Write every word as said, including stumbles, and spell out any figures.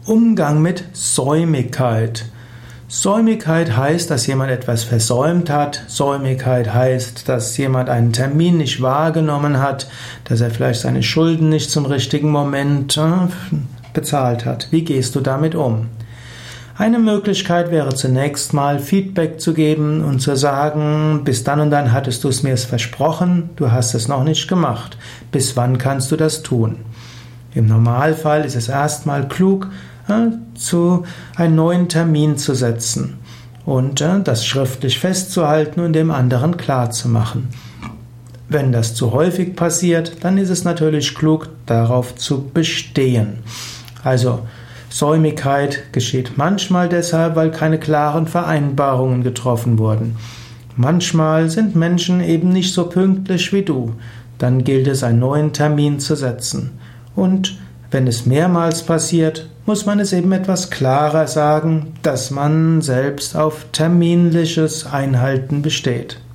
Umgang mit Säumigkeit. Säumigkeit heißt, dass jemand etwas versäumt hat. Säumigkeit heißt, dass jemand einen Termin nicht wahrgenommen hat, dass er vielleicht seine Schulden nicht zum richtigen Moment äh, bezahlt hat. Wie gehst du damit um? Eine Möglichkeit wäre zunächst mal Feedback zu geben und zu sagen, bis dann und dann hattest du es mir versprochen, du hast es noch nicht gemacht. Bis wann kannst du das tun? Im Normalfall ist es erstmal klug, zu einen neuen Termin zu setzen und das schriftlich festzuhalten und dem anderen klarzumachen. Wenn das zu häufig passiert, dann ist es natürlich klug, darauf zu bestehen. Also Säumigkeit geschieht manchmal deshalb, weil keine klaren Vereinbarungen getroffen wurden. Manchmal sind Menschen eben nicht so pünktlich wie du. Dann gilt es, einen neuen Termin zu setzen. Und wenn es mehrmals passiert, muss man es eben etwas klarer sagen, dass man selbst auf terminliches Einhalten besteht.